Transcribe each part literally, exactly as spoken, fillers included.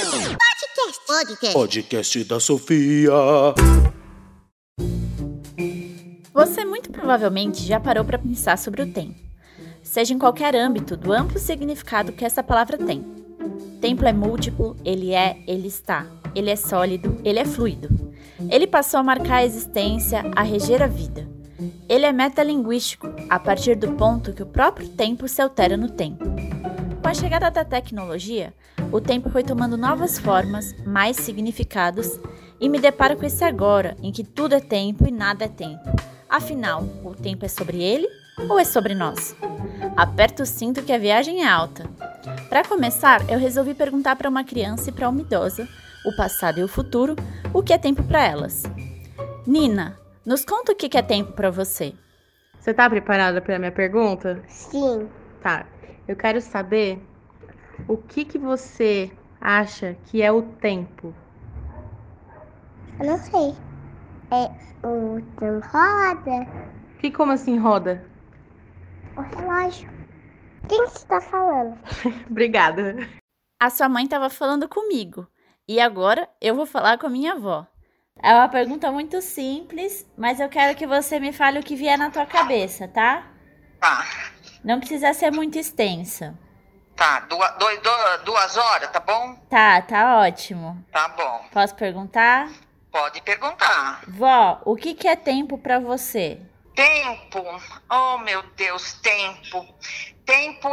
Podcast. Podcast. Podcast da Sofia. Você muito provavelmente já parou para pensar sobre o tempo, seja em qualquer âmbito do amplo significado que essa palavra tem. Tempo é múltiplo, ele é, ele está, ele é sólido, ele é fluido. Ele passou a marcar a existência, a reger a vida. Ele é metalinguístico, a partir do ponto que o próprio tempo se altera no tempo. Com a chegada da tecnologia, o tempo foi tomando novas formas, mais significados, e me deparo com esse agora, em que tudo é tempo e nada é tempo. Afinal, o tempo é sobre ele ou é sobre nós? Aperta o cinto que a viagem é alta. Para começar, eu resolvi perguntar para uma criança e para uma idosa, o passado e o futuro, o que é tempo para elas. Nina, nos conta o que é tempo para você. Você tá preparada para a minha pergunta? Sim. Tá. Eu quero saber o que que você acha que é o tempo. Eu não sei. É o tempo roda? Que como assim roda? O relógio. Quem que está falando? Obrigada. A sua mãe estava falando comigo e agora eu vou falar com a minha avó. É uma pergunta muito simples, mas eu quero que você me fale o que vier na tua cabeça, tá? Tá, Não precisa ser muito extensa. tá. Duas, dois, duas, duas horas, tá bom? Tá, tá ótimo. Tá bom. Posso perguntar? Pode perguntar. Vó, o que que é tempo pra você? Tempo. Oh, meu Deus, tempo. Tempo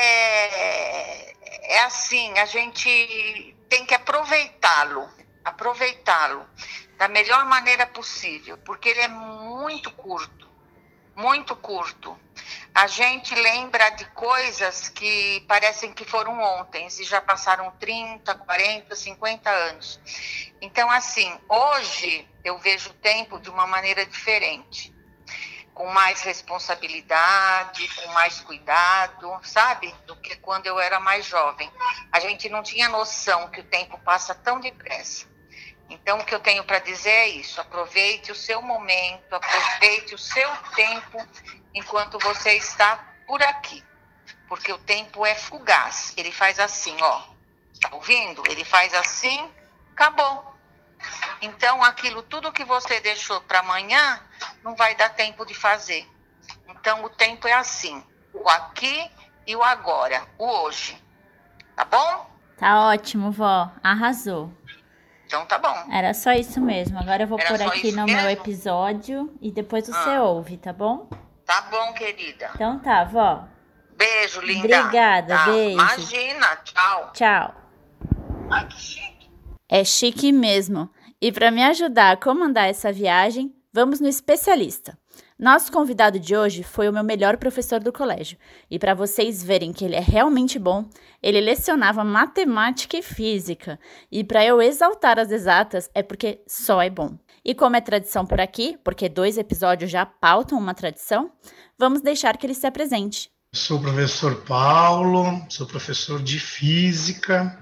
é... É assim, a gente tem que aproveitá-lo. Aproveitá-lo da melhor maneira possível, porque ele é muito curto. Muito curto. A gente lembra de coisas que parecem que foram ontem, e já passaram trinta, quarenta, cinquenta anos. Então, assim, hoje eu vejo o tempo de uma maneira diferente, com mais responsabilidade, com mais cuidado, sabe? Do que quando eu era mais jovem. A gente não tinha noção que o tempo passa tão depressa. Então, o que eu tenho para dizer é isso: aproveite o seu momento, aproveite o seu tempo enquanto você está por aqui. Porque o tempo é fugaz. Ele faz assim, ó. Tá ouvindo? Ele faz assim, acabou. Então, aquilo tudo que você deixou para amanhã, não vai dar tempo de fazer. Então, o tempo é assim: o aqui e o agora, o hoje. Tá bom? Tá ótimo, vó. Arrasou. Então tá bom. Era só isso mesmo. Agora eu vou Era pôr só aqui isso no meu mesmo? episódio e depois você Ah. ouve, tá bom? Tá bom, querida. Então tá, vó. Beijo, linda. Obrigada, Tá. beijo. Imagina, tchau. Tchau. Ai, que chique. É chique mesmo. E para me ajudar a comandar essa viagem, vamos no especialista. Nosso convidado de hoje foi o meu melhor professor do colégio. E para vocês verem que ele é realmente bom, ele lecionava matemática e física. E para eu exaltar as exatas, é porque só é bom. E como é tradição por aqui, porque dois episódios já pautam uma tradição, vamos deixar que ele se apresente. Sou o professor Paulo, sou professor de física,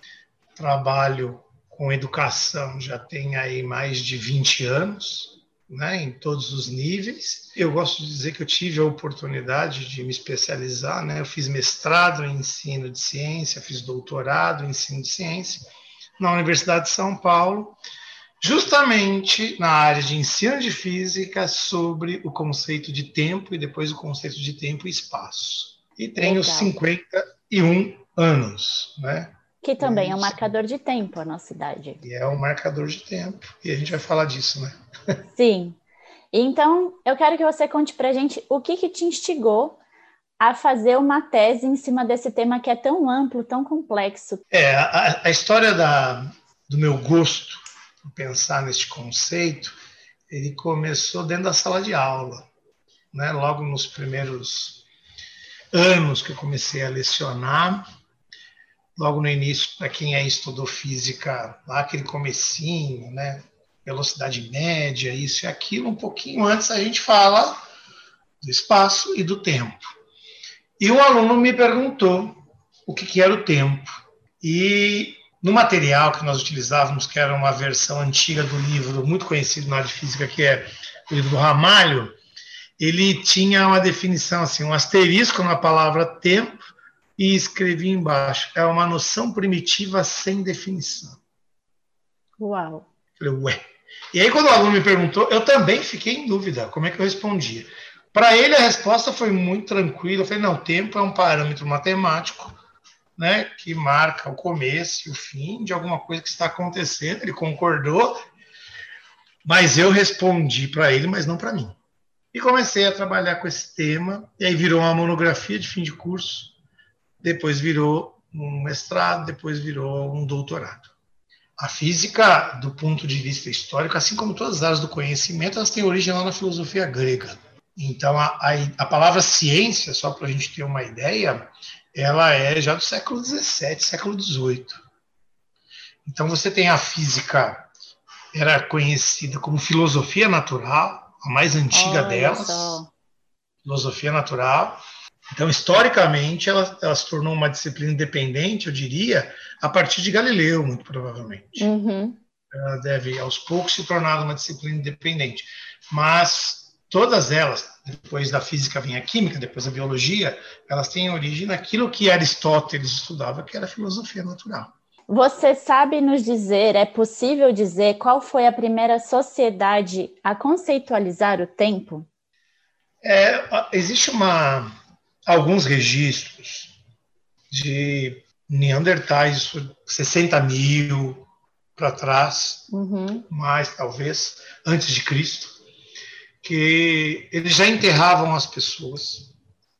trabalho com educação já tem aí mais de vinte anos, né, em todos os níveis. Eu gosto de dizer que eu tive a oportunidade de me especializar, né? Eu fiz mestrado em ensino de ciência, fiz doutorado em ensino de ciência na Universidade de São Paulo, justamente na área de ensino de física sobre o conceito de tempo e depois o conceito de tempo e espaço. E tenho Legal. cinquenta e um anos, né? Que também é um Isso. marcador de tempo a nossa idade. E é um marcador de tempo. E a gente vai falar disso, né? Sim. Então, eu quero que você conte pra gente o que, que te instigou a fazer uma tese em cima desse tema que é tão amplo, tão complexo. É, a, a história da, do meu gosto por pensar neste conceito, ele começou dentro da sala de aula, né? Logo nos primeiros anos que eu comecei a lecionar, logo no início, para quem aí estudou física, lá aquele comecinho, né? Velocidade média, isso e aquilo, um pouquinho antes a gente fala do espaço e do tempo. E o aluno me perguntou o que, que era o tempo. E no material que nós utilizávamos, que era uma versão antiga do livro, muito conhecido na área de física, que é o livro do Ramalho, ele tinha uma definição assim, um asterisco na palavra tempo, e escrevi embaixo, é uma noção primitiva sem definição. Uau. Falei, ué. E aí, quando o aluno me perguntou, eu também fiquei em dúvida como é que eu respondia. Para ele, a resposta foi muito tranquila. Eu falei, não, o tempo é um parâmetro matemático, né, que marca o começo e o fim de alguma coisa que está acontecendo. Ele concordou, mas eu respondi para ele, mas não para mim. E comecei a trabalhar com esse tema, e aí virou uma monografia de fim de curso, depois virou um mestrado, depois virou um doutorado. A física, do ponto de vista histórico, assim como todas as áreas do conhecimento, elas têm origem lá na filosofia grega. Então, a, a, a palavra ciência, só para a gente ter uma ideia, ela é já do século dezessete, século dezoito. Então, você tem a física, era conhecida como filosofia natural, a mais antiga Olha delas, só. filosofia natural. Então, historicamente, ela, ela se tornou uma disciplina independente, eu diria, a partir de Galileu, muito provavelmente. Uhum. Ela deve, aos poucos, se tornar uma disciplina independente. Mas todas elas, depois da física vem a química, depois a biologia, elas têm origem naquilo que Aristóteles estudava, que era a filosofia natural. Você sabe nos dizer, é possível dizer qual foi a primeira sociedade a conceitualizar o tempo? É, existe uma, alguns registros de neandertais, sessenta mil para trás, Uhum. mais talvez, antes de Cristo, que eles já enterravam as pessoas,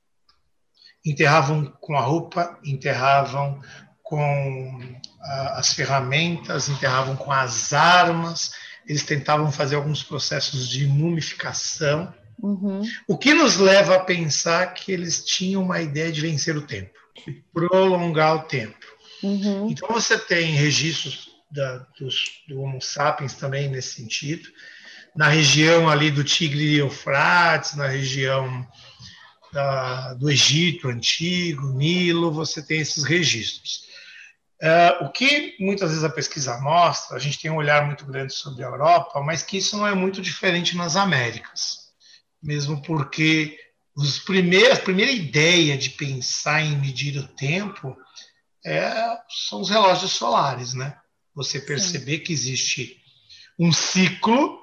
enterravam com a roupa, enterravam com a, as ferramentas, enterravam com as armas, eles tentavam fazer alguns processos de mumificação, Uhum. o que nos leva a pensar que eles tinham uma ideia de vencer o tempo, de prolongar o tempo. Uhum. Então você tem registros da, dos, do Homo sapiens também nesse sentido, na região ali do Tigre e Eufrates, na região da, do Egito Antigo, Nilo, você tem esses registros. Uh, o que muitas vezes a pesquisa mostra, a gente tem um olhar muito grande sobre a Europa, mas que isso não é muito diferente nas Américas, mesmo porque os primeiros, a primeira ideia de pensar em medir o tempo é, são os relógios solares, né? Você perceber Sim. que existe um ciclo,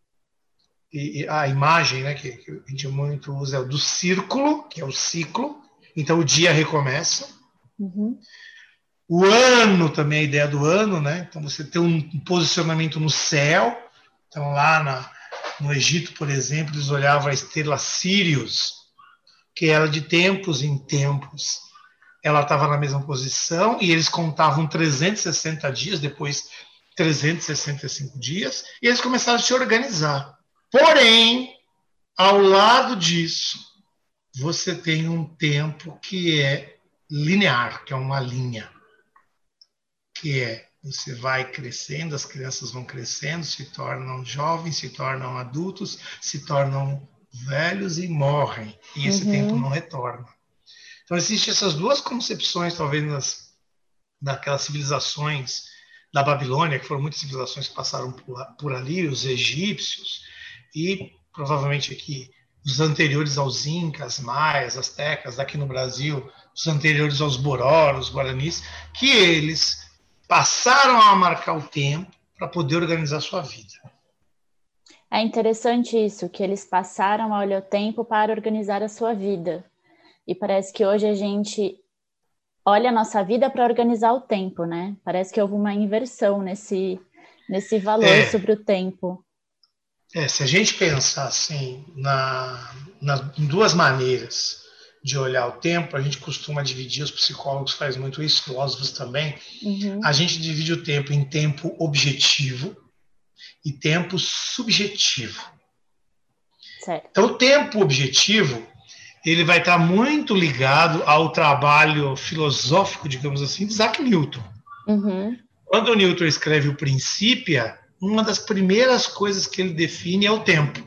e a imagem, né, que, que a gente muito usa é o do círculo, que é o ciclo, então o dia recomeça. Uhum. O ano também, a ideia do ano, né? Então você tem um posicionamento no céu. Então lá na, no Egito, por exemplo, eles olhavam a estrela Sirius, que era de tempos em tempos. Ela estava na mesma posição e eles contavam trezentos e sessenta dias, depois trezentos e sessenta e cinco dias, e eles começaram a se organizar. Porém, ao lado disso, você tem um tempo que é linear, que é uma linha. Que é, você vai crescendo, as crianças vão crescendo, se tornam jovens, se tornam adultos, se tornam velhos e morrem. E esse uhum. tempo não retorna. Então, existem essas duas concepções, talvez, nas, naquelas civilizações da Babilônia, que foram muitas civilizações que passaram por, por ali, os egípcios, e provavelmente aqui os anteriores aos incas, maias, astecas, daqui no Brasil, os anteriores aos bororos, guaranis, que eles passaram a marcar o tempo para poder organizar a sua vida. É interessante isso, que eles passaram a olhar o tempo para organizar a sua vida. E parece que hoje a gente olha a nossa vida para organizar o tempo, né? Parece que houve uma inversão nesse, nesse valor é, sobre o tempo. É, se a gente pensar assim, na, na, em duas maneiras de olhar o tempo, a gente costuma dividir, os psicólogos fazem muito isso, filósofos também, uhum. a gente divide o tempo em tempo objetivo e tempo subjetivo. Certo. Então, o tempo objetivo, ele vai estar muito ligado ao trabalho filosófico, digamos assim, de Isaac Newton. Uhum. Quando o Newton escreve o Princípia, uma das primeiras coisas que ele define é o tempo.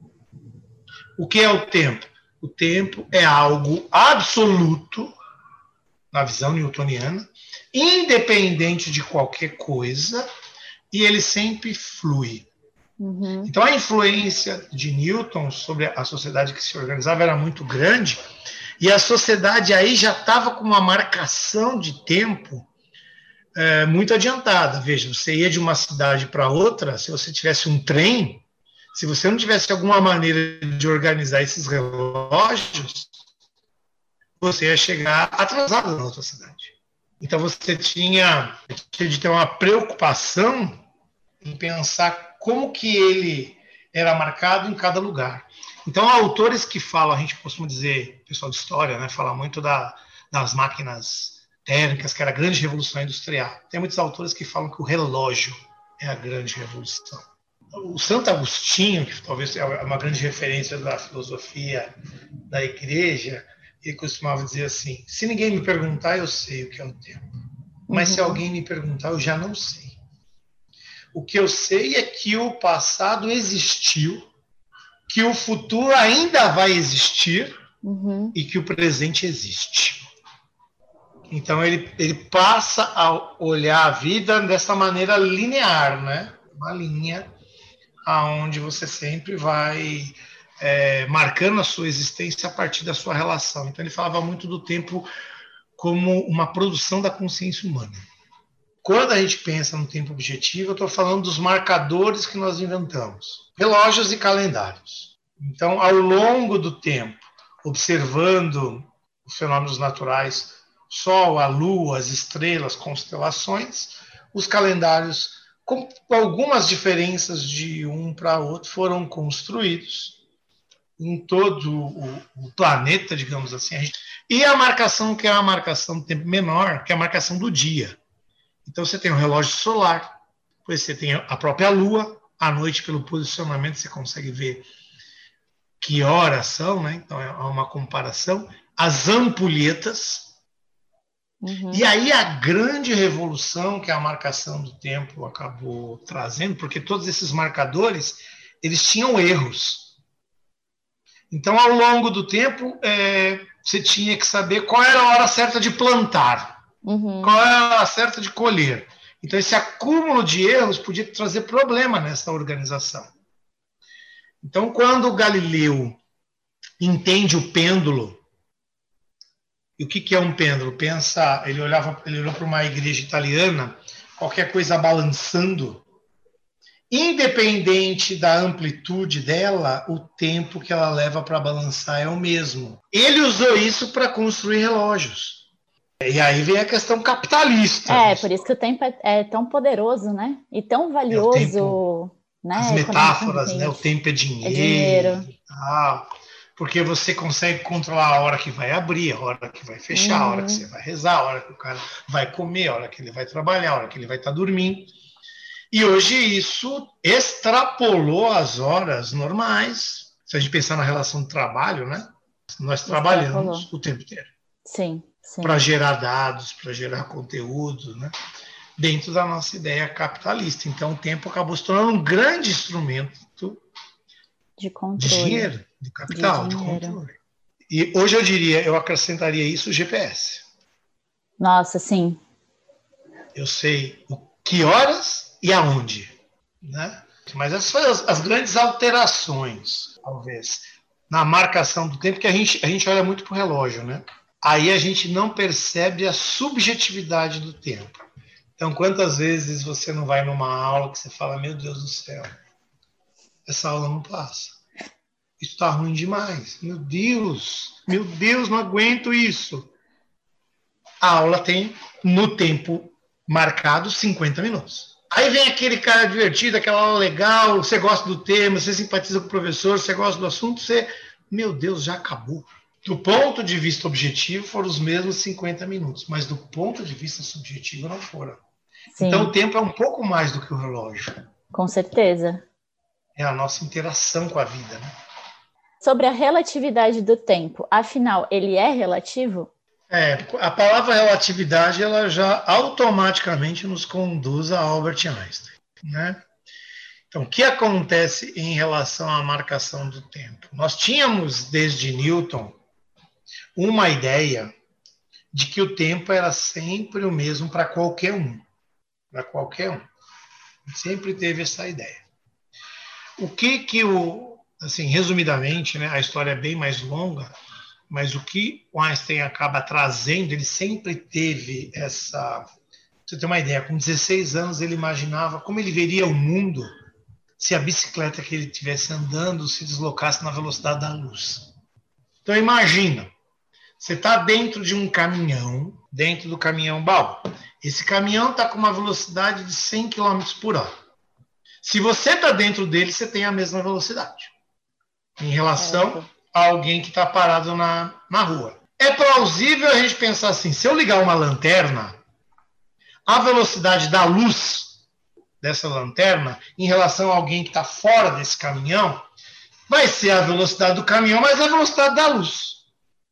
O que é o tempo? O tempo é algo absoluto, na visão newtoniana, independente de qualquer coisa, e ele sempre flui. Uhum. Então, a influência de Newton sobre a sociedade que se organizava era muito grande, E a sociedade aí já estava com uma marcação de tempo é, muito adiantada. Veja, você ia de uma cidade para outra, se você tivesse um trem, se você não tivesse alguma maneira de organizar esses relógios, você ia chegar atrasado na outra cidade. Então você tinha, tinha de ter uma preocupação em pensar como que ele era marcado em cada lugar. Então, há autores que falam, a gente costuma dizer, pessoal de história, né, fala muito da, das máquinas térmicas, que era a grande revolução industrial. Tem muitos autores que falam que o relógio é a grande revolução. O Santo Agostinho, que talvez é uma grande referência da filosofia da igreja, ele costumava dizer assim, se ninguém me perguntar, eu sei o que é o tempo. Mas uhum. se alguém me perguntar, eu já não sei. O que eu sei é que o passado existiu, que o futuro ainda vai existir uhum. e que o presente existe. Então, ele, ele passa a olhar a vida dessa maneira linear, né? Uma linha onde você sempre vai é, marcando a sua existência a partir da sua relação. Então, ele falava muito do tempo como uma produção da consciência humana. Quando a gente pensa no tempo objetivo, eu estou falando dos marcadores que nós inventamos. Relógios e calendários. Então, ao longo do tempo, observando os fenômenos naturais, Sol, a Lua, as estrelas, constelações, os calendários, com algumas diferenças de um para outro, foram construídos em todo o, o planeta, digamos assim. E a marcação, que é a marcação do tempo menor, que é a marcação do dia. Então, você tem o relógio solar, depois você tem a própria Lua, à noite, pelo posicionamento, você consegue ver que horas são, né? Então, é uma comparação. As ampulhetas. Uhum. E aí, a grande revolução que a marcação do tempo acabou trazendo, porque todos esses marcadores, eles tinham erros. Então, ao longo do tempo, é, você tinha que saber qual era a hora certa de plantar. Uhum. Qual é a hora certa de colher? Então, esse acúmulo de erros podia trazer problema nessa organização. Então, quando o Galileu entende o pêndulo, e o que, que é um pêndulo? Pensa, ele, olhava, ele olhou para uma igreja italiana, qualquer coisa balançando, independente da amplitude dela, o tempo que ela leva para balançar é o mesmo. Ele usou isso para construir relógios. E aí vem a questão capitalista. É, por isso que o tempo é, é tão poderoso, né? E tão valioso. É tempo, né? As metáforas, né? O tempo é dinheiro. É dinheiro. Ah, porque você consegue controlar a hora que vai abrir, a hora que vai fechar, uhum. a hora que você vai rezar, a hora que o cara vai comer, a hora que ele vai trabalhar, a hora que ele vai estar dormindo. E hoje isso extrapolou as horas normais. Se a gente pensar na relação de trabalho, né? Nós trabalhamos extrapolou. O tempo inteiro. Sim. Para gerar dados, para gerar conteúdo, né? Dentro da nossa ideia capitalista. Então, o tempo acabou se tornando um grande instrumento de, controle. de dinheiro, de capital, de, de controle. E hoje eu diria, eu acrescentaria isso o G P S. Nossa, sim. Eu sei o que horas e aonde, né? Mas essas foram as, as grandes alterações, talvez, na marcação do tempo, que a gente, a gente olha muito para o relógio, né? Aí a gente não percebe a subjetividade do tempo. Então, quantas vezes você não vai numa aula que você fala, meu Deus do céu, essa aula não passa. Isso está ruim demais. Meu Deus, meu Deus, não aguento isso. A aula tem, no tempo marcado, cinquenta minutos. Aí vem aquele cara divertido, aquela aula legal, você gosta do tema, você simpatiza com o professor, você gosta do assunto, você, meu Deus, já acabou. Do ponto de vista objetivo, foram os mesmos cinquenta minutos, mas do ponto de vista subjetivo, não foram. Sim. Então, o tempo é um pouco mais do que o relógio. Com certeza. É a nossa interação com a vida, né? Sobre a relatividade do tempo, afinal, ele é relativo? É, a palavra relatividade, ela já automaticamente nos conduz a Albert Einstein, né? Então, o que acontece em relação à marcação do tempo? Nós tínhamos, desde Newton, uma ideia de que o tempo era sempre o mesmo para qualquer um. Para qualquer um. Sempre teve essa ideia. O que que o... Assim, resumidamente, né, a história é bem mais longa, Mas o que o Einstein acaba trazendo, ele sempre teve essa... Pra você ter uma ideia, com dezesseis anos ele imaginava como ele veria o mundo se a bicicleta que ele estivesse andando se deslocasse na velocidade da luz. Então imagina, você está dentro de um caminhão, dentro do caminhão baú. Esse caminhão está com uma velocidade de cem quilômetros por hora. Se você está dentro dele, você tem a mesma velocidade em relação a alguém que está parado na, na rua. É plausível a gente pensar assim, se eu ligar uma lanterna, a velocidade da luz dessa lanterna em relação a alguém que está fora desse caminhão vai ser a velocidade do caminhão, mas a velocidade da luz.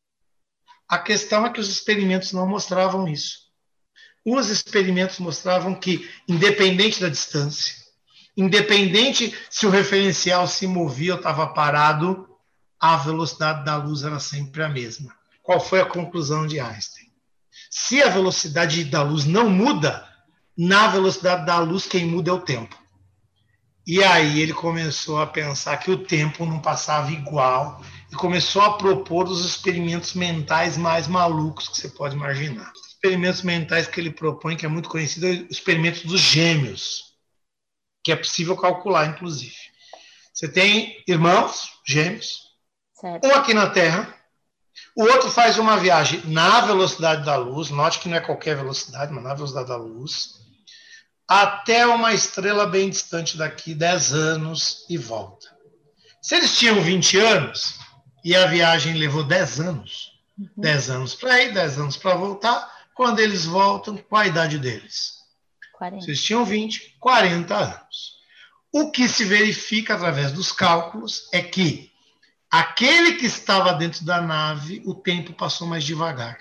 A questão é que os experimentos não mostravam isso. Os experimentos mostravam que, independente da distância, independente se o referencial se movia ou estava parado, a velocidade da luz era sempre a mesma. Qual foi a conclusão de Einstein? Se a velocidade da luz não muda, na velocidade da luz quem muda é o tempo. E aí ele começou a pensar que o tempo não passava igual e começou a propor os experimentos mentais mais malucos que você pode imaginar. Os experimentos mentais que ele propõe, que é muito conhecido, é o experimento dos gêmeos, que é possível calcular, inclusive. Você tem irmãos gêmeos, certo. Um aqui na Terra, o outro faz uma viagem na velocidade da luz, note que não é qualquer velocidade, mas na velocidade da luz, até uma estrela bem distante daqui, dez anos, e volta. Se eles tinham vinte anos, e a viagem levou dez anos, uhum. dez anos para ir, dez anos para voltar, quando eles voltam, qual a idade deles? quarenta. Se eles tinham vinte, quarenta anos. O que se verifica através dos cálculos é que aquele que estava dentro da nave, o tempo passou mais devagar.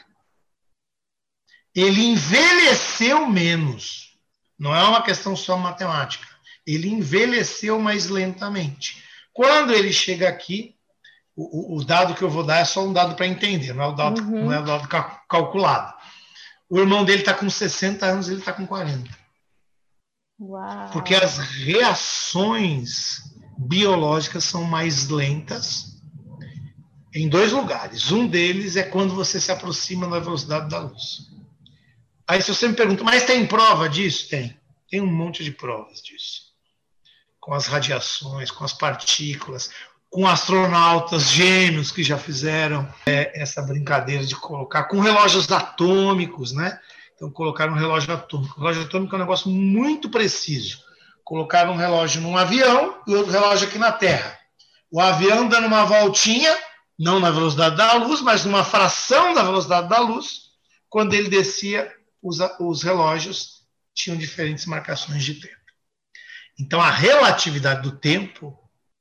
Ele envelheceu menos. Não é uma questão só matemática. Ele envelheceu mais lentamente. Quando ele chega aqui, o, o dado que eu vou dar é só um dado para entender, não é o dado, uhum. não é o dado calculado. O irmão dele está com sessenta anos, ele está com quarenta. Uau. Porque as reações biológicas são mais lentas em dois lugares. Um deles é quando você se aproxima da velocidade da luz. Aí se você me pergunta, mas tem prova disso? Tem. Tem um monte de provas disso. Com as radiações, com as partículas, com astronautas gêmeos que já fizeram é, essa brincadeira de colocar, com relógios atômicos, né? Então colocaram um relógio atômico. O relógio atômico é um negócio muito preciso. Colocaram um relógio num avião e outro relógio aqui na Terra. O avião dando uma voltinha, não na velocidade da luz, mas numa fração da velocidade da luz. Quando ele descia, os, os relógios tinham diferentes marcações de tempo. Então, a relatividade do tempo,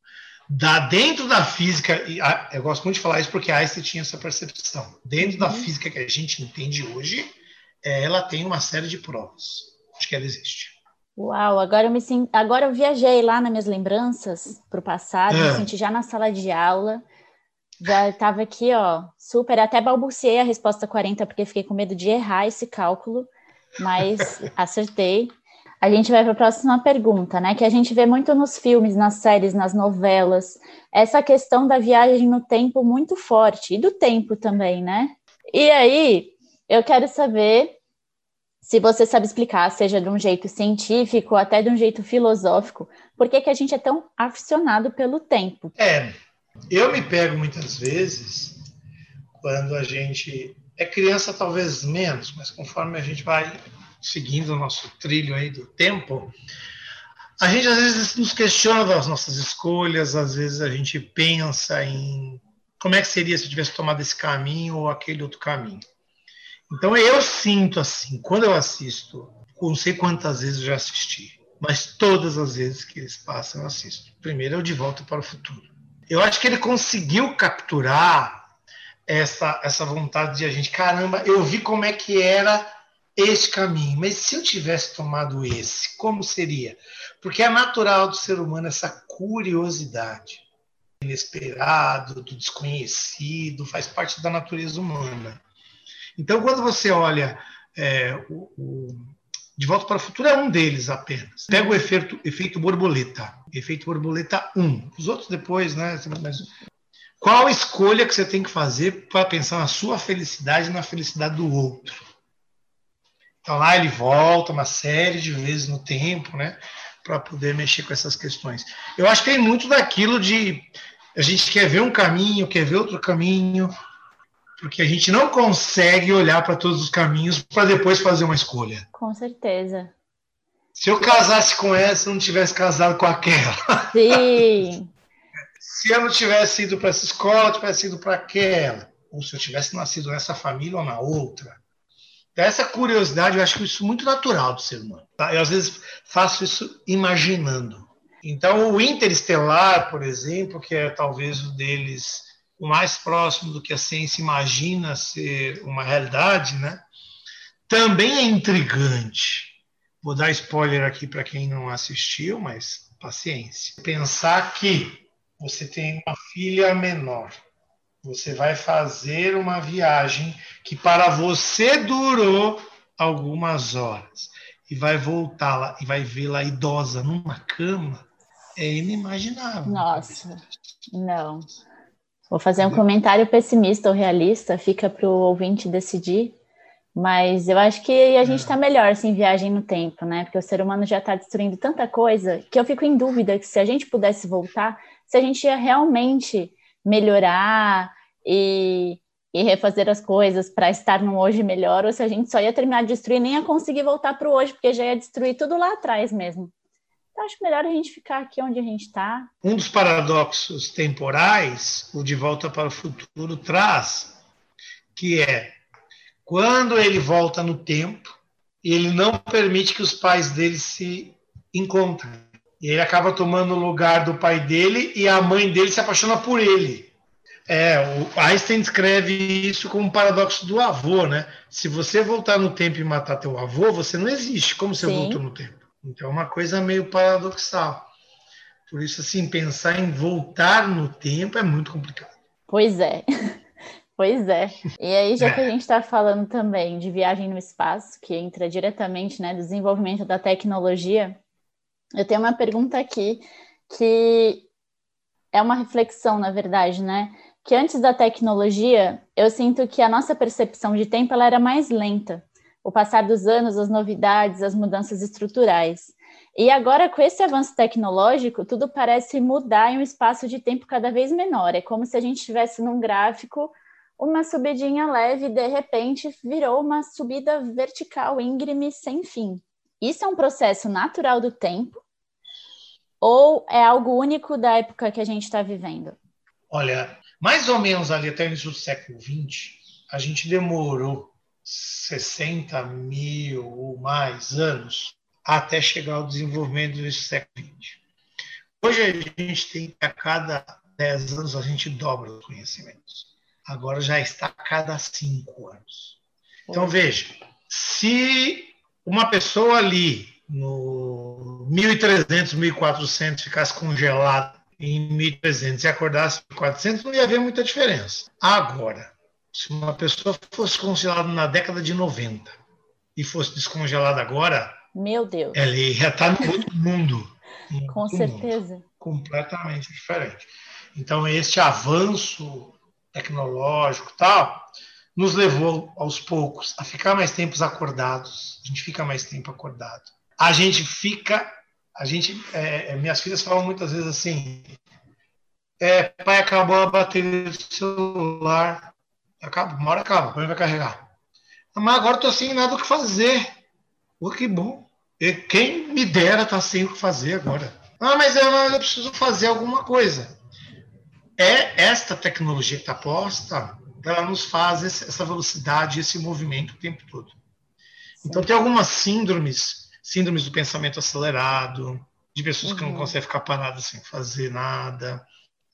dá dentro da física, e eu gosto muito de falar isso porque Einstein tinha essa percepção, dentro da física que a gente entende hoje, ela tem uma série de provas. Acho que ela existe. Uau, agora eu, me senti, agora eu viajei lá nas minhas lembranças para o passado, é. me senti já na sala de aula, já estava aqui, ó, super, até balbuciei a resposta quarenta, porque fiquei com medo de errar esse cálculo, mas acertei. A gente vai para a próxima pergunta, né, que a gente vê muito nos filmes, nas séries, nas novelas, essa questão da viagem no tempo muito forte, e do tempo também, né? E aí, eu quero saber se você sabe explicar, seja de um jeito científico, até de um jeito filosófico, por que que a gente é tão aficionado pelo tempo? É, eu me pego muitas vezes, quando a gente é criança talvez menos, mas conforme a gente vai seguindo o nosso trilho aí do tempo, a gente às vezes nos questiona das nossas escolhas, às vezes a gente pensa em como é que seria se eu tivesse tomado esse caminho ou aquele outro caminho. Então eu sinto assim, quando eu assisto, não sei quantas vezes eu já assisti, mas todas as vezes que eles passam eu assisto. Primeiro é o De Volta para o Futuro. Eu acho que ele conseguiu capturar essa, essa vontade de a gente, caramba, eu vi como é que era este caminho, mas se eu tivesse tomado esse, como seria? Porque é natural do ser humano essa curiosidade, inesperado, do desconhecido, faz parte da natureza humana. Então, quando você olha é, o, o De Volta para o Futuro é um deles apenas. Pega o efeito, efeito borboleta, efeito borboleta um. Os outros depois, né? Mas Qual escolha que você tem que fazer para pensar na sua felicidade e na felicidade do outro? Então lá ele volta uma série de vezes no tempo, né, para poder mexer com essas questões. Eu acho que tem muito daquilo de a gente quer ver um caminho, quer ver outro caminho, porque a gente não consegue olhar para todos os caminhos para depois fazer uma escolha. Com certeza. Se eu casasse com essa, eu não tivesse casado com aquela. Sim. Se eu não tivesse ido para essa escola, eu tivesse ido para aquela. Ou se eu tivesse nascido nessa família ou na outra. Então, essa curiosidade, eu acho que isso é muito natural do ser humano. Tá? Eu, às vezes, faço isso imaginando. Então, o Interestelar, por exemplo, que é talvez o deles o mais próximo do que a ciência imagina ser uma realidade, né? Também é intrigante. Vou dar spoiler aqui para quem não assistiu, mas paciência. Pensar que você tem uma filha menor, você vai fazer uma viagem que para você durou algumas horas e vai voltar lá e vai vê-la idosa numa cama, é inimaginável. Nossa, não. Vou fazer um comentário pessimista ou realista, fica para o ouvinte decidir, mas eu acho que a gente está melhor sem viagem no tempo, né? Porque o ser humano já está destruindo tanta coisa que eu fico em dúvida que se a gente pudesse voltar, se a gente ia realmente melhorar e, e refazer as coisas para estar no hoje melhor, ou se a gente só ia terminar de destruir e nem ia conseguir voltar para o hoje, porque já ia destruir tudo lá atrás mesmo. Então, acho melhor a gente ficar aqui onde a gente está. Um dos paradoxos temporais, o De Volta para o Futuro traz, que é quando ele volta no tempo, ele não permite que os pais dele se encontrem. E ele acaba tomando o lugar do pai dele e a mãe dele se apaixona por ele. É, o Einstein descreve isso como um paradoxo do avô, né? Se você voltar no tempo e matar teu avô, você não existe. Como você Sim. voltou no tempo? Então é uma coisa meio paradoxal. Por isso, assim, pensar em voltar no tempo é muito complicado. Pois é. Pois é. E aí, já É. que a gente está falando também de viagem no espaço, que entra diretamente, né, no desenvolvimento da tecnologia, eu tenho uma pergunta aqui que é uma reflexão, na verdade, né? Que antes da tecnologia, eu sinto que a nossa percepção de tempo ela era mais lenta. O passar dos anos, as novidades, as mudanças estruturais. E agora, com esse avanço tecnológico, tudo parece mudar em um espaço de tempo cada vez menor. É como se a gente estivesse num gráfico, uma subidinha leve, e de repente virou uma subida vertical, íngreme, sem fim. Isso é um processo natural do tempo ou é algo único da época que a gente está vivendo? Olha, mais ou menos ali até o início do século vinte, a gente demorou sessenta mil ou mais anos até chegar ao desenvolvimento desse século vinte. Hoje a gente tem, a cada dez anos, a gente dobra os conhecimentos. Agora já está a cada cinco anos. Então, veja, se uma pessoa ali no mil e trezentos, mil e quatrocentos ficasse congelada em mil e trezentos e acordasse em mil e quatrocentos, não ia haver muita diferença. Agora, se uma pessoa fosse congelada na década de noventa e fosse descongelada agora, meu Deus, ela ia estar no outro mundo. No com outro certeza. Mundo, completamente diferente. Então, este avanço tecnológico e tal, nos levou aos poucos a ficar mais tempos acordados. A gente fica mais tempo acordado. A gente fica... A gente, é, minhas filhas falam muitas vezes assim, é, pai, acabou a bateria do celular. Acaba, uma hora acaba, põe vai carregar. Mas agora estou sem nada o que fazer. Pô, que bom. E quem me dera estar tá sem o que fazer agora. Ah, mas eu, eu preciso fazer alguma coisa. É esta tecnologia que está posta, ela nos faz essa velocidade, esse movimento o tempo todo. Sim. Então tem algumas síndromes, síndromes do pensamento acelerado, de pessoas uhum. que não conseguem ficar paradas sem fazer nada.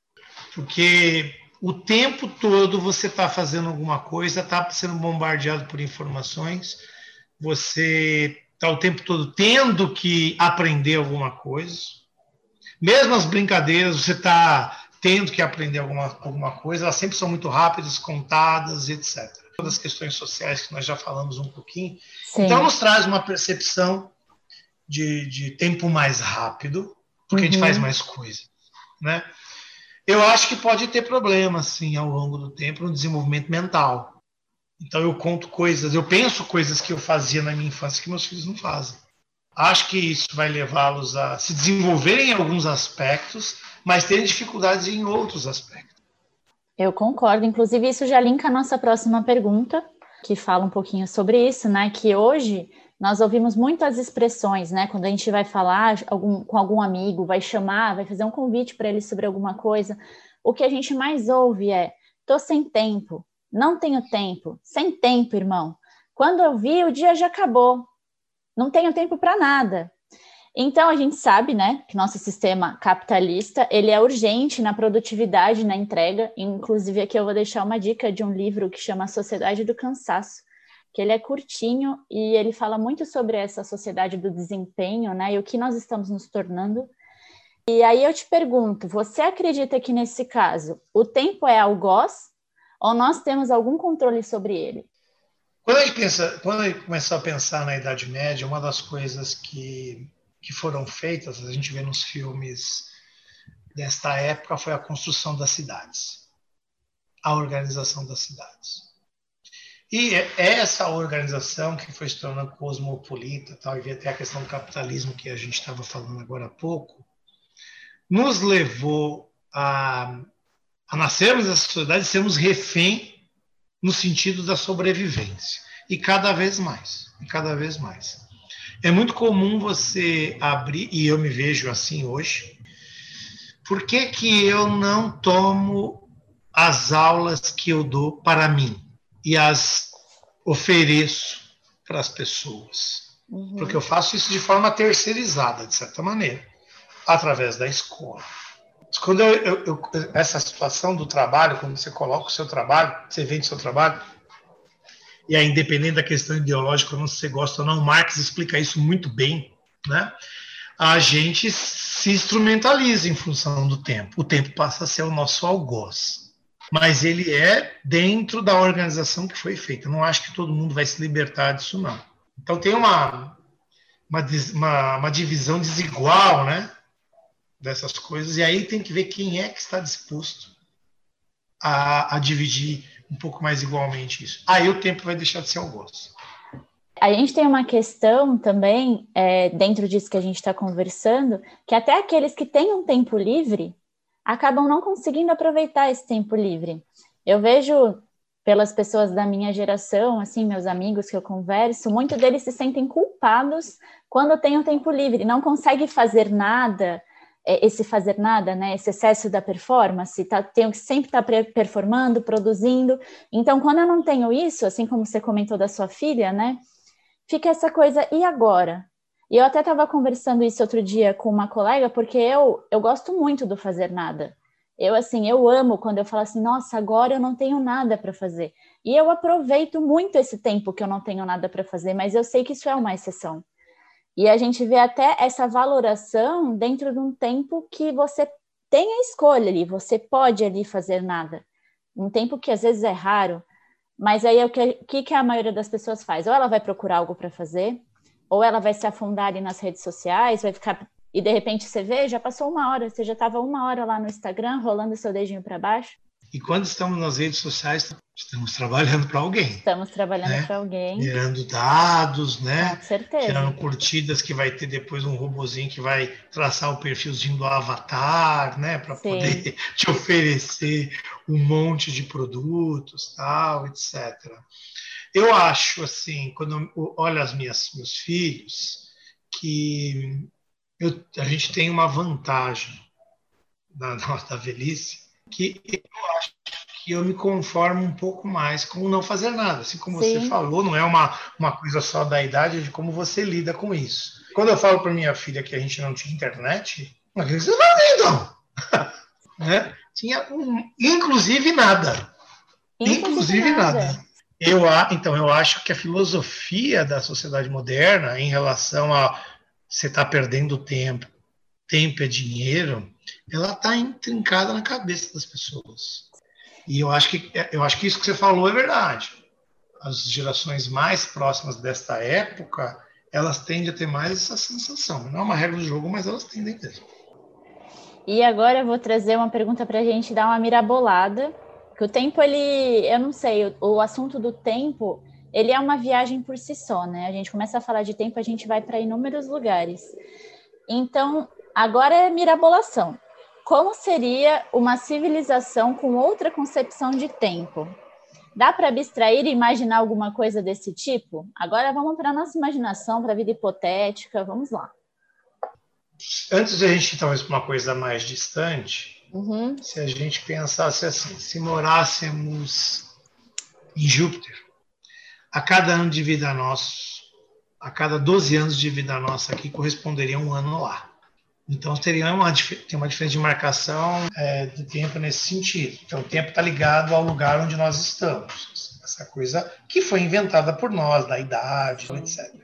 Porque o tempo todo você está fazendo alguma coisa, está sendo bombardeado por informações, você está o tempo todo tendo que aprender alguma coisa. Mesmo as brincadeiras, você está tendo que aprender alguma, alguma coisa, elas sempre são muito rápidas, contadas, etcétera. Todas as questões sociais que nós já falamos um pouquinho. Sim. Então, nos traz uma percepção de, de tempo mais rápido, porque uhum. a gente faz mais coisa, né? Eu acho que pode ter problema, sim, ao longo do tempo no desenvolvimento mental. Então eu conto coisas, eu penso coisas que eu fazia na minha infância que meus filhos não fazem. Acho que isso vai levá-los a se desenvolverem em alguns aspectos, mas terem dificuldades em outros aspectos. Eu concordo, inclusive isso já linka a nossa próxima pergunta, que fala um pouquinho sobre isso, né? Que hoje nós ouvimos muitas expressões, né? Quando a gente vai falar algum, com algum amigo, vai chamar, vai fazer um convite para ele sobre alguma coisa, o que a gente mais ouve é: tô sem tempo, não tenho tempo, sem tempo, irmão. Quando eu vi, o dia já acabou, não tenho tempo para nada. Então, a gente sabe, né, que nosso sistema capitalista, ele é urgente na produtividade, na entrega. Inclusive, aqui eu vou deixar uma dica de um livro que chama A Sociedade do Cansaço, que ele é curtinho e ele fala muito sobre essa sociedade do desempenho, né, e o que nós estamos nos tornando. E aí eu te pergunto, você acredita que nesse caso o tempo é algoz ou nós temos algum controle sobre ele? Quando a gente pensa, quando a gente começou a pensar na Idade Média, uma das coisas que, que foram feitas, a gente vê nos filmes desta época, foi a construção das cidades, a organização das cidades. E essa organização que foi se tornando cosmopolita, tal, e veio até a questão do capitalismo que a gente estava falando agora há pouco, nos levou a, a nascermos nessa sociedade e sermos refém no sentido da sobrevivência. E cada vez mais, e cada vez mais. É muito comum você abrir, e eu me vejo assim hoje, por que que eu não tomo as aulas que eu dou para mim e as ofereço para as pessoas? Uhum. Porque eu faço isso de forma terceirizada, de certa maneira, através da escola. Quando eu, eu, eu, essa situação do trabalho, quando você coloca o seu trabalho, você vende o seu trabalho, e aí, independente da questão ideológica, não se você gosta ou não, Marx explica isso muito bem, né? A gente se instrumentaliza em função do tempo. O tempo passa a ser o nosso algoz. Mas ele é dentro da organização que foi feita. Eu não acho que todo mundo vai se libertar disso, não. Então tem uma, uma, uma, uma divisão desigual, né, dessas coisas, e aí tem que ver quem é que está disposto a, a dividir um pouco mais igualmente isso. Aí o tempo vai deixar de ser algoz. A gente tem uma questão também, é, dentro disso que a gente está conversando, que até aqueles que têm um tempo livre acabam não conseguindo aproveitar esse tempo livre. Eu vejo pelas pessoas da minha geração, assim, meus amigos que eu converso, muitos deles se sentem culpados quando têm um tempo livre, não conseguem fazer nada, esse fazer nada, né, esse excesso da performance, tá, tenho que sempre estar tá performando, produzindo. Então, quando eu não tenho isso, assim como você comentou da sua filha, né, fica essa coisa, e agora? E eu até estava conversando isso outro dia com uma colega, porque eu, eu gosto muito do fazer nada. Eu, assim, eu amo quando eu falo assim, nossa, agora eu não tenho nada para fazer. E eu aproveito muito esse tempo que eu não tenho nada para fazer, mas eu sei que isso é uma exceção. E a gente vê até essa valoração dentro de um tempo que você tem a escolha ali, você pode ali fazer nada. Um tempo que às vezes é raro, mas aí o que, que, que a maioria das pessoas faz? Ou ela vai procurar algo para fazer, ou ela vai se afundar ali nas redes sociais, vai ficar... E de repente você vê, já passou uma hora, você já estava uma hora lá no Instagram, rolando seu dedinho para baixo. E quando estamos nas redes sociais, estamos trabalhando para alguém. Estamos trabalhando né? para alguém. Gerando dados, né? Com certeza. Gerando curtidas que vai ter depois um robozinho que vai traçar o perfilzinho do avatar, né? Para poder te oferecer um monte de produtos, tal, etcétera. Eu acho, assim, quando eu olho as minhas, meus filhos, que eu, a gente tem uma vantagem na nossa velhice, que eu acho que eu me conformo um pouco mais com não fazer nada. Assim como Sim. você falou, não é uma, uma coisa só da idade, é de como você lida com isso. Quando eu falo para minha filha que a gente não tinha internet, ela diz, você não então. né? Tinha, um, inclusive, nada. Inclusive, inclusive nada. nada. Eu, então, eu acho que a filosofia da sociedade moderna, em relação a você estar tá perdendo tempo, tempo é dinheiro, ela está intrincada na cabeça das pessoas. E eu acho, que, eu acho que isso que você falou é verdade. As gerações mais próximas desta época, elas tendem a ter mais essa sensação. Não é uma regra do jogo, mas elas tendem mesmo. E agora eu vou trazer uma pergunta para a gente dar uma mirabolada, que o tempo, ele, eu não sei, o, o assunto do tempo, ele é uma viagem por si só, né? A gente começa a falar de tempo, a gente vai para inúmeros lugares. Então, agora é mirabolação. Como seria uma civilização com outra concepção de tempo? Dá para abstrair e imaginar alguma coisa desse tipo? Agora vamos para a nossa imaginação, para a vida hipotética, vamos lá. Antes de a gente ir talvez para uma coisa mais distante, Uhum. se a gente pensasse assim, se morássemos em Júpiter, a cada ano de vida nosso, a cada doze anos de vida nossa aqui, corresponderia a um ano lá. Então, teria uma, tem uma diferença de marcação é, do tempo nesse sentido. Então, o tempo está ligado ao lugar onde nós estamos. Essa coisa que foi inventada por nós, da idade, etcétera.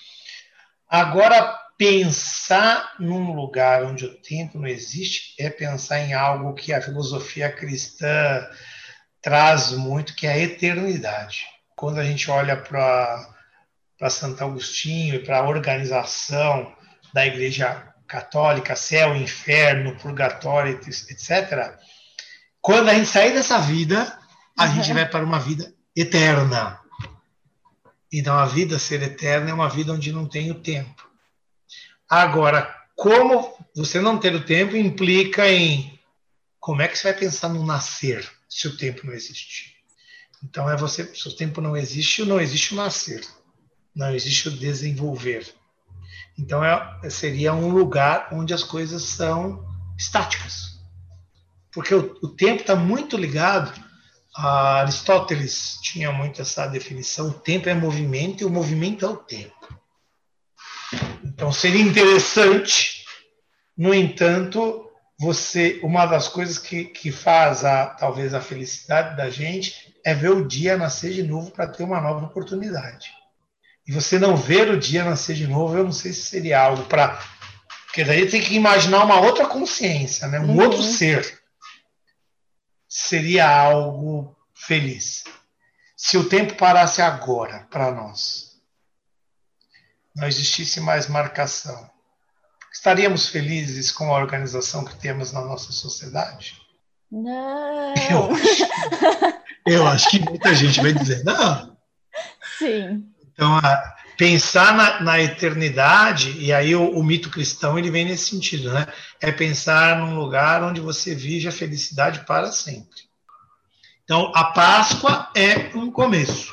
Agora, pensar num lugar onde o tempo não existe é pensar em algo que a filosofia cristã traz muito, que é a eternidade. Quando a gente olha para para Santo Agostinho e para a organização da Igreja Católica, céu, inferno, purgatório, etcétera, quando a gente sair dessa vida, a uhum. gente vai para uma vida eterna. Então, a vida ser eterna é uma vida onde não tem o tempo. Agora, como você não ter o tempo implica em como é que você vai pensar no nascer, se o tempo não existe. Então, é você, se o tempo não existe, não existe o nascer. Não existe o desenvolver. Então, é, seria um lugar onde as coisas são estáticas. Porque o, o tempo está muito ligado. A Aristóteles tinha muito essa definição: o tempo é movimento e o movimento é o tempo. Então, seria interessante, no entanto, você, uma das coisas que, que faz a, talvez a felicidade da gente é ver o dia nascer de novo para ter uma nova oportunidade. E você não ver o dia nascer de novo, eu não sei se seria algo para... Porque daí tem que imaginar uma outra consciência, né? um uhum. outro ser. Seria algo feliz. Se o tempo parasse agora para nós, não existisse mais marcação, estaríamos felizes com a organização que temos na nossa sociedade? Não! Eu acho, eu acho que muita gente vai dizer não. Sim. Então, a, pensar na, na eternidade, e aí o, o mito cristão ele vem nesse sentido, né? É pensar num lugar onde você vive a felicidade para sempre. Então, a Páscoa é um começo.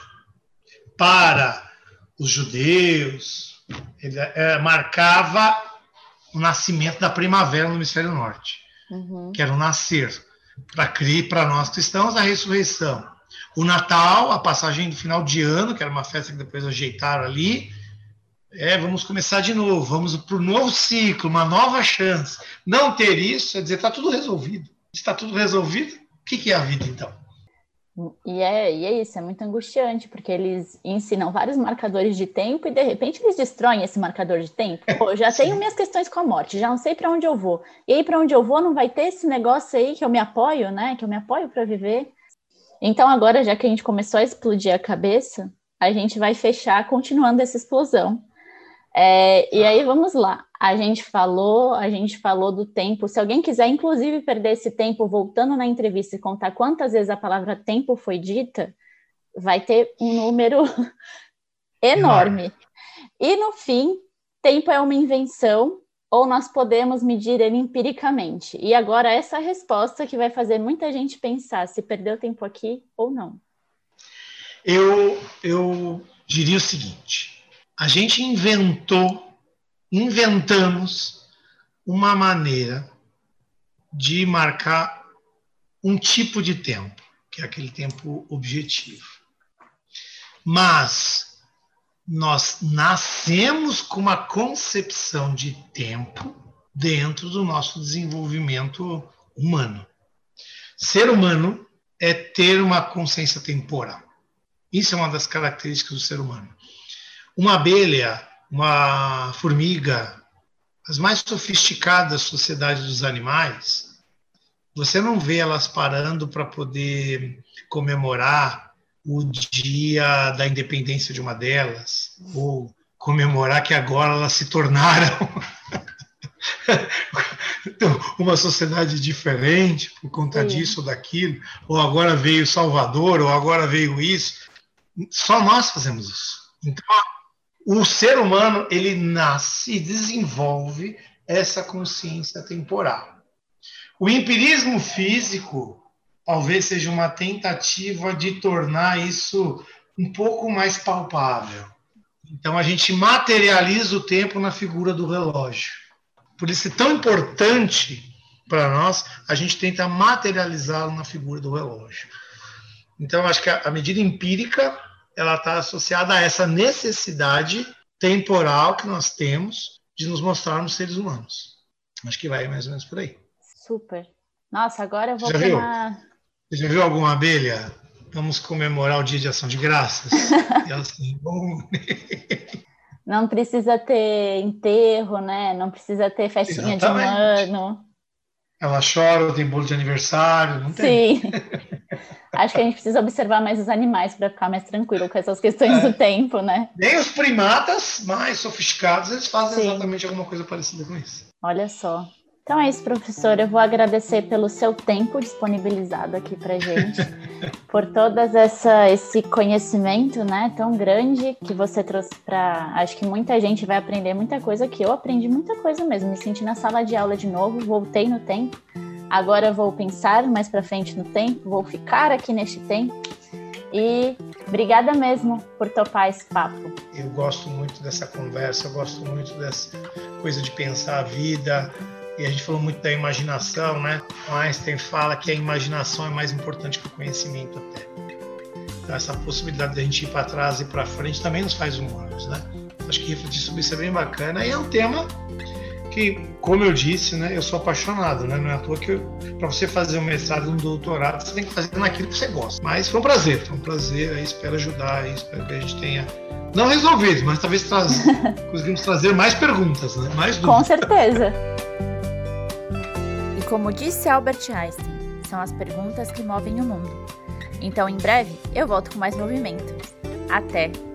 Para os judeus, ele é, marcava o nascimento da primavera no hemisfério norte, uhum. que era o nascer. Para nós cristãos, a ressurreição. O Natal, a passagem do final de ano, que era uma festa que depois ajeitaram ali, é, vamos começar de novo, vamos para o novo ciclo, uma nova chance. Não ter isso é dizer, está tudo resolvido. Se está tudo resolvido, o que, que é a vida, então? E é, e é isso, é muito angustiante, porque eles ensinam vários marcadores de tempo e, de repente, eles destroem esse marcador de tempo. Pô, já tenho minhas questões com a morte, já não sei para onde eu vou. E aí, para onde eu vou, não vai ter esse negócio aí que eu me apoio, né? Que eu me apoio para viver. Então, agora, já que a gente começou a explodir a cabeça, a gente vai fechar continuando essa explosão. É, e aí, vamos lá. A gente falou, a gente falou do tempo. Se alguém quiser, inclusive, perder esse tempo voltando na entrevista e contar quantas vezes a palavra tempo foi dita, vai ter um número enorme. E, no fim, tempo é uma invenção ou nós podemos medir ele empiricamente? E agora essa resposta que vai fazer muita gente pensar se perdeu tempo aqui ou não. Eu, eu diria o seguinte, a gente inventou, inventamos uma maneira de marcar um tipo de tempo, que é aquele tempo objetivo. Mas nós nascemos com uma concepção de tempo dentro do nosso desenvolvimento humano. Ser humano é ter uma consciência temporal. Isso é uma das características do ser humano. Uma abelha, uma formiga, as mais sofisticadas sociedades dos animais, você não vê elas parando para poder comemorar o dia da independência de uma delas, ou comemorar que agora elas se tornaram uma sociedade diferente por conta Sim. disso ou daquilo, ou agora veio Salvador, ou agora veio isso. Só nós fazemos isso. Então, o ser humano, ele nasce e desenvolve essa consciência temporal. O empirismo físico talvez seja uma tentativa de tornar isso um pouco mais palpável. Então, a gente materializa o tempo na figura do relógio. Por isso é tão importante para nós, a gente tenta materializá-lo na figura do relógio. Então, acho que a medida empírica ela está associada a essa necessidade temporal que nós temos de nos mostrarmos seres humanos. Acho que vai mais ou menos por aí. Super. Nossa, agora eu vou já para viu? uma... Você já viu alguma abelha? Vamos comemorar o Dia de Ação de Graças? E ela assim, bom... Não precisa ter enterro, né? Não precisa ter festinha Exatamente. de um ano. Ela chora, tem bolo de aniversário, não tem? Sim. Acho que a gente precisa observar mais os animais para ficar mais tranquilo com essas questões é. do tempo, né? Nem os primatas mais sofisticados, eles fazem Sim. exatamente alguma coisa parecida com isso. Olha só. Então é isso, professor. Eu vou agradecer pelo seu tempo disponibilizado aqui pra gente, por todo essa, esse conhecimento, né, tão grande que você trouxe para... Acho que muita gente vai aprender muita coisa, que eu aprendi muita coisa mesmo. Me senti na sala de aula de novo, voltei no tempo. Agora vou pensar mais para frente no tempo, vou ficar aqui neste tempo. E obrigada mesmo por topar esse papo. Eu gosto muito dessa conversa, eu gosto muito dessa coisa de pensar a vida. E a gente falou muito da imaginação, né? O Einstein fala que a imaginação é mais importante que o conhecimento até. Então, essa possibilidade de a gente ir para trás e para frente também nos faz humanos, né? Acho que refletir sobre isso é bem bacana. E é um tema que, como eu disse, né? Eu sou apaixonado, né? Não é à toa que para você fazer um mestrado e um doutorado, você tem que fazer naquilo que você gosta. Mas foi um prazer, foi um prazer. Aí espero ajudar, aí espero que a gente tenha... Não resolvido, mas talvez trazer, conseguimos trazer mais perguntas, né? Mais dúvidas. Com certeza. Como disse Albert Einstein, são as perguntas que movem o mundo. Então, em breve, eu volto com mais movimento. Até!